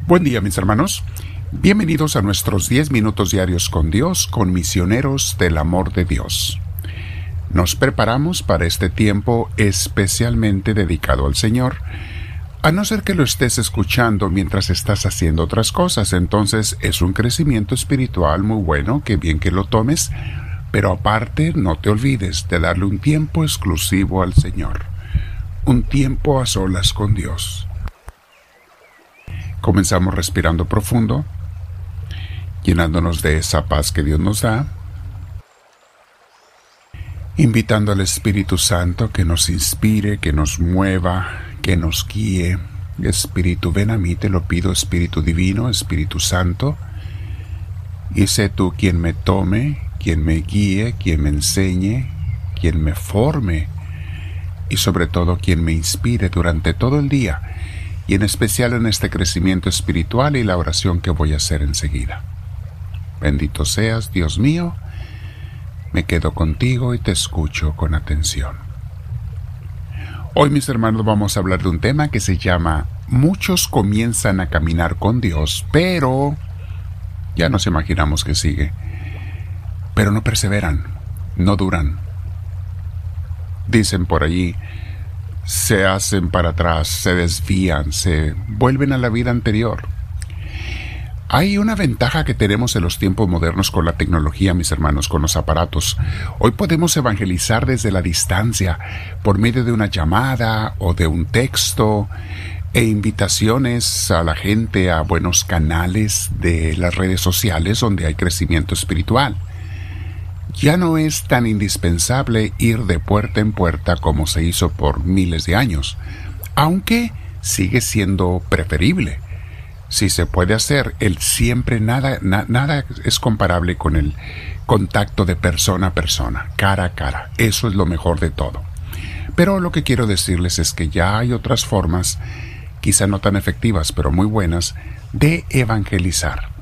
Buen día, mis hermanos. Bienvenidos a nuestros 10 minutos diarios con Dios, con misioneros del amor de Dios. Nos preparamos para este tiempo especialmente dedicado al Señor, a no ser que lo estés escuchando mientras estás haciendo otras cosas. Entonces es un crecimiento espiritual muy bueno, que bien que lo tomes, pero aparte no te olvides de darle un tiempo exclusivo al Señor, un tiempo a solas con Dios. Comenzamos respirando profundo, llenándonos de esa paz que Dios nos da, invitando al Espíritu Santo que nos inspire, que nos mueva, que nos guíe. Espíritu, ven a mí, te lo pido, Espíritu Divino, Espíritu Santo, y sé tú quien me tome, quien me guíe, quien me enseñe, quien me forme, y sobre todo quien me inspire durante todo el día, y en especial en este crecimiento espiritual y la oración que voy a hacer enseguida. Bendito seas, Dios mío, me quedo contigo y te escucho con atención. Hoy, mis hermanos, vamos a hablar de un tema que se llama muchos comienzan a caminar con Dios, pero ya nos imaginamos que sigue, pero no perseveran, no duran. Dicen por allí, se hacen para atrás, se desvían, se vuelven a la vida anterior. Hay una ventaja que tenemos en los tiempos modernos con la tecnología, mis hermanos, con los aparatos. Hoy podemos evangelizar desde la distancia, por medio de una llamada o de un texto, e invitaciones a la gente a buenos canales de las redes sociales donde hay crecimiento espiritual. Ya no es tan indispensable ir de puerta en puerta como se hizo por miles de años, aunque sigue siendo preferible. Si se puede hacer, nada es comparable con el contacto de persona a persona, cara a cara. Eso es lo mejor de todo. Pero lo que quiero decirles es que ya hay otras formas, quizá no tan efectivas, pero muy buenas, de evangelizar.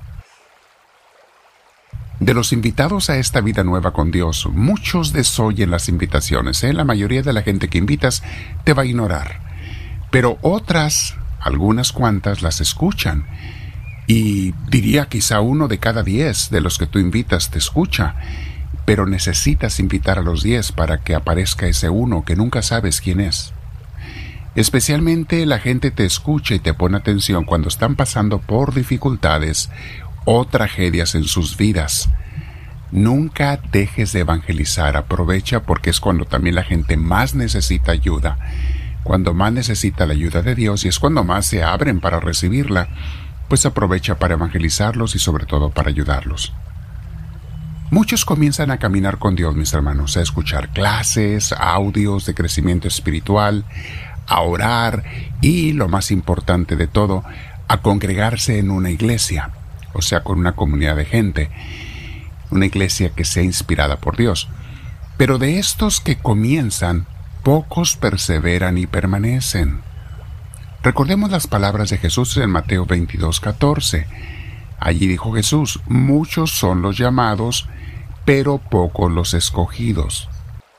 De los invitados a esta vida nueva con Dios, muchos desoyen las invitaciones. La mayoría de la gente que invitas te va a ignorar. Pero otras, algunas cuantas, las escuchan. Y diría quizá 1 de cada 10 de los que tú invitas te escucha. Pero necesitas invitar a los 10 para que aparezca ese uno que nunca sabes quién es. Especialmente la gente te escucha y te pone atención cuando están pasando por dificultades o tragedias en sus vidas. Nunca dejes de evangelizar, aprovecha porque es cuando también la gente más necesita ayuda, cuando más necesita la ayuda de Dios y es cuando más se abren para recibirla, pues aprovecha para evangelizarlos y sobre todo para ayudarlos. Muchos comienzan a caminar con Dios, mis hermanos, a escuchar clases, audios de crecimiento espiritual, a orar y, lo más importante de todo, a congregarse en una iglesia. O sea, con una comunidad de gente, una iglesia que sea inspirada por Dios. Pero de estos que comienzan, pocos perseveran y permanecen. Recordemos las palabras de Jesús en Mateo 22:14. Allí dijo Jesús, muchos son los llamados, pero pocos los escogidos.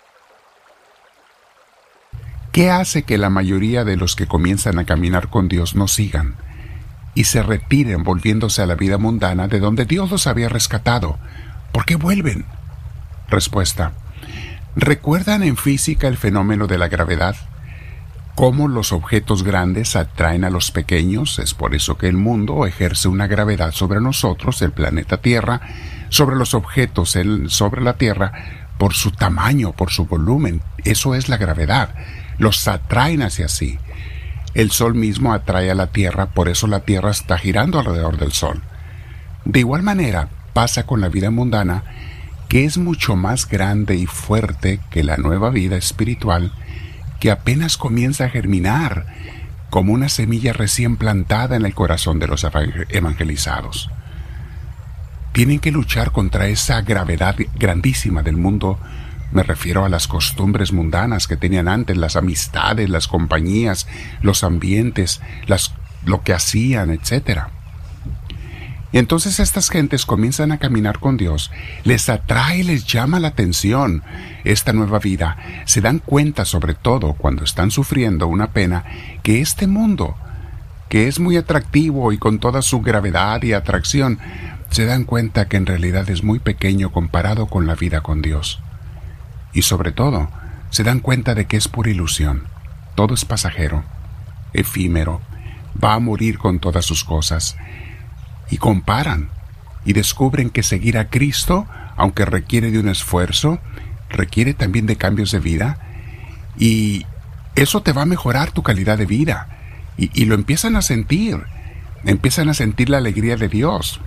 ¿Qué hace que la mayoría de los que comienzan a caminar con Dios no sigan y se retiren volviéndose a la vida mundana de donde Dios los había rescatado? ¿Por qué vuelven? Respuesta. ¿Recuerdan en física el fenómeno de la gravedad? ¿Cómo los objetos grandes atraen a los pequeños? Es por eso que el mundo ejerce una gravedad sobre nosotros, el planeta Tierra, sobre los objetos sobre la Tierra, por su tamaño, por su volumen. Eso es la gravedad. Los atraen hacia sí. El Sol mismo atrae a la Tierra, por eso la Tierra está girando alrededor del Sol. De igual manera, pasa con la vida mundana, que es mucho más grande y fuerte que la nueva vida espiritual, que apenas comienza a germinar, como una semilla recién plantada en el corazón de los evangelizados. Tienen que luchar contra esa gravedad grandísima del mundo. Me refiero a las costumbres mundanas que tenían antes, las amistades, las compañías, los ambientes, lo que hacían, etc. Y entonces estas gentes comienzan a caminar con Dios, les atrae, les llama la atención esta nueva vida. Se dan cuenta, sobre todo cuando están sufriendo una pena, que este mundo que es muy atractivo y con toda su gravedad y atracción, se dan cuenta que en realidad es muy pequeño comparado con la vida con Dios. Y sobre todo, se dan cuenta de que es pura ilusión. Todo es pasajero, efímero, va a morir con todas sus cosas. Y comparan y descubren que seguir a Cristo, aunque requiere de un esfuerzo, requiere también de cambios de vida, y eso te va a mejorar tu calidad de vida. Y lo empiezan a sentir la alegría de Dios.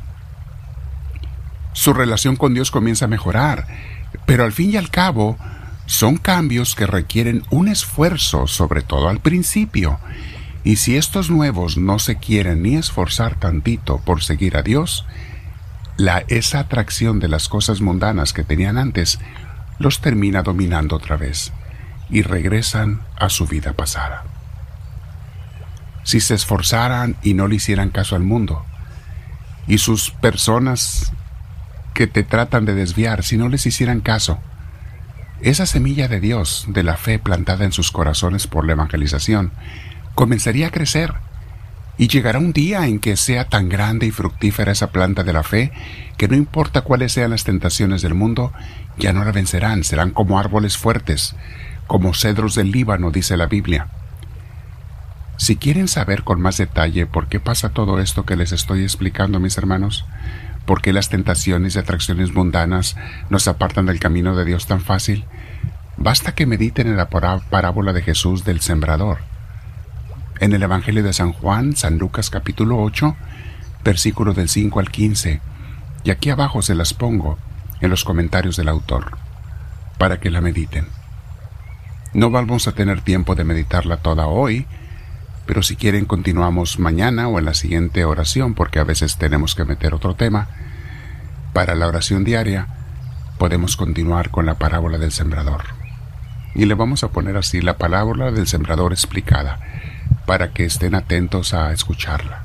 Su relación con Dios comienza a mejorar, pero al fin y al cabo son cambios que requieren un esfuerzo, sobre todo al principio. Y si estos nuevos no se quieren ni esforzar tantito por seguir a Dios, esa atracción de las cosas mundanas que tenían antes los termina dominando otra vez y regresan a su vida pasada. Si se esforzaran y no le hicieran caso al mundo, y sus personas que te tratan de desviar, si no les hicieran caso, esa semilla de Dios, de la fe plantada en sus corazones por la evangelización, comenzaría a crecer, y llegará un día en que sea tan grande y fructífera esa planta de la fe que no importa cuáles sean las tentaciones del mundo, ya no la vencerán, serán como árboles fuertes, como cedros del Líbano, dice la Biblia. Si quieren saber con más detalle por qué pasa todo esto que les estoy explicando, mis hermanos, por qué las tentaciones y atracciones mundanas nos apartan del camino de Dios tan fácil, basta que mediten en la parábola de Jesús del sembrador. En el Evangelio de San Juan, San Lucas capítulo 8, versículos del 5 al 15, y aquí abajo se las pongo en los comentarios del autor, para que la mediten. No vamos a tener tiempo de meditarla toda hoy, pero si quieren continuamos mañana o en la siguiente oración, porque a veces tenemos que meter otro tema. Para la oración diaria podemos continuar con la parábola del sembrador. Y le vamos a poner así la parábola del sembrador explicada, para que estén atentos a escucharla.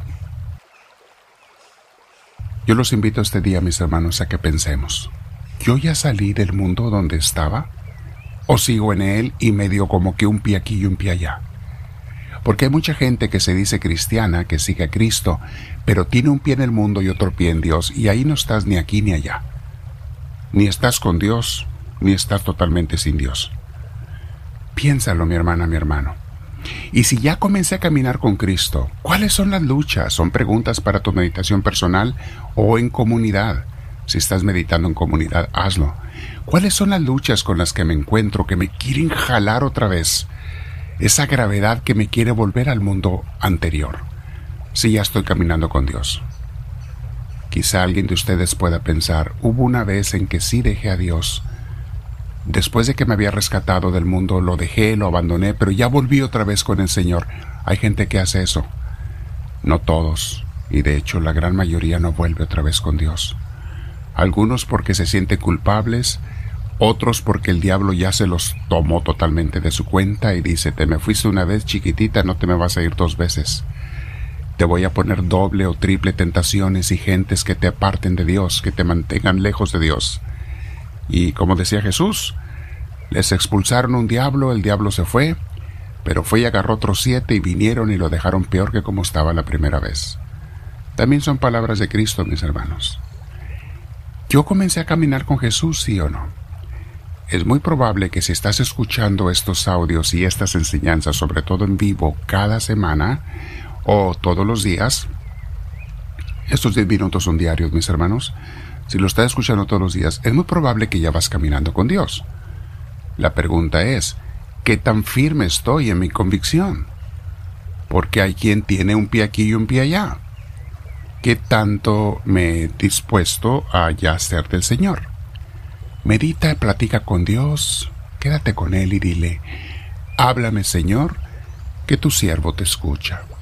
Yo los invito este día, mis hermanos, a que pensemos: ¿yo ya salí del mundo donde estaba? ¿O sigo en él y medio como que un pie aquí y un pie allá? Porque hay mucha gente que se dice cristiana, que sigue a Cristo, pero tiene un pie en el mundo y otro pie en Dios, y ahí no estás ni aquí ni allá. Ni estás con Dios, ni estás totalmente sin Dios. Piénsalo, mi hermana, mi hermano. Y si ya comencé a caminar con Cristo, ¿cuáles son las luchas? Son preguntas para tu meditación personal o en comunidad. Si estás meditando en comunidad, hazlo. ¿Cuáles son las luchas con las que me encuentro, que me quieren jalar otra vez? Esa gravedad que me quiere volver al mundo anterior, si ya estoy caminando con Dios. Quizá alguien de ustedes pueda pensar: hubo una vez en que sí dejé a Dios. Después de que me había rescatado del mundo, lo dejé, lo abandoné, pero ya volví otra vez con el Señor. Hay gente que hace eso. No todos, y de hecho la gran mayoría no vuelve otra vez con Dios. Algunos porque se sienten culpables, otros porque el diablo ya se los tomó totalmente de su cuenta y dice: te me fuiste una vez, chiquitita, no te me vas a ir dos veces. Te voy a poner doble o triple tentaciones y gentes que te aparten de Dios, que te mantengan lejos de Dios. Y como decía Jesús, les expulsaron un diablo, el diablo se fue, pero fue y agarró otros 7 y vinieron y lo dejaron peor que como estaba la primera vez. También son palabras de Cristo, mis hermanos. ¿Yo comencé a caminar con Jesús, sí o no? Es muy probable que si estás escuchando estos audios y estas enseñanzas, sobre todo en vivo, cada semana o todos los días, estos 10 minutos son diarios, mis hermanos, si lo estás escuchando todos los días, es muy probable que ya vas caminando con Dios. La pregunta es: ¿qué tan firme estoy en mi convicción? Porque hay quien tiene un pie aquí y un pie allá. ¿Qué tanto me he dispuesto a ya ser del Señor? Medita y platica con Dios, quédate con Él y dile: háblame, Señor, que tu siervo te escucha.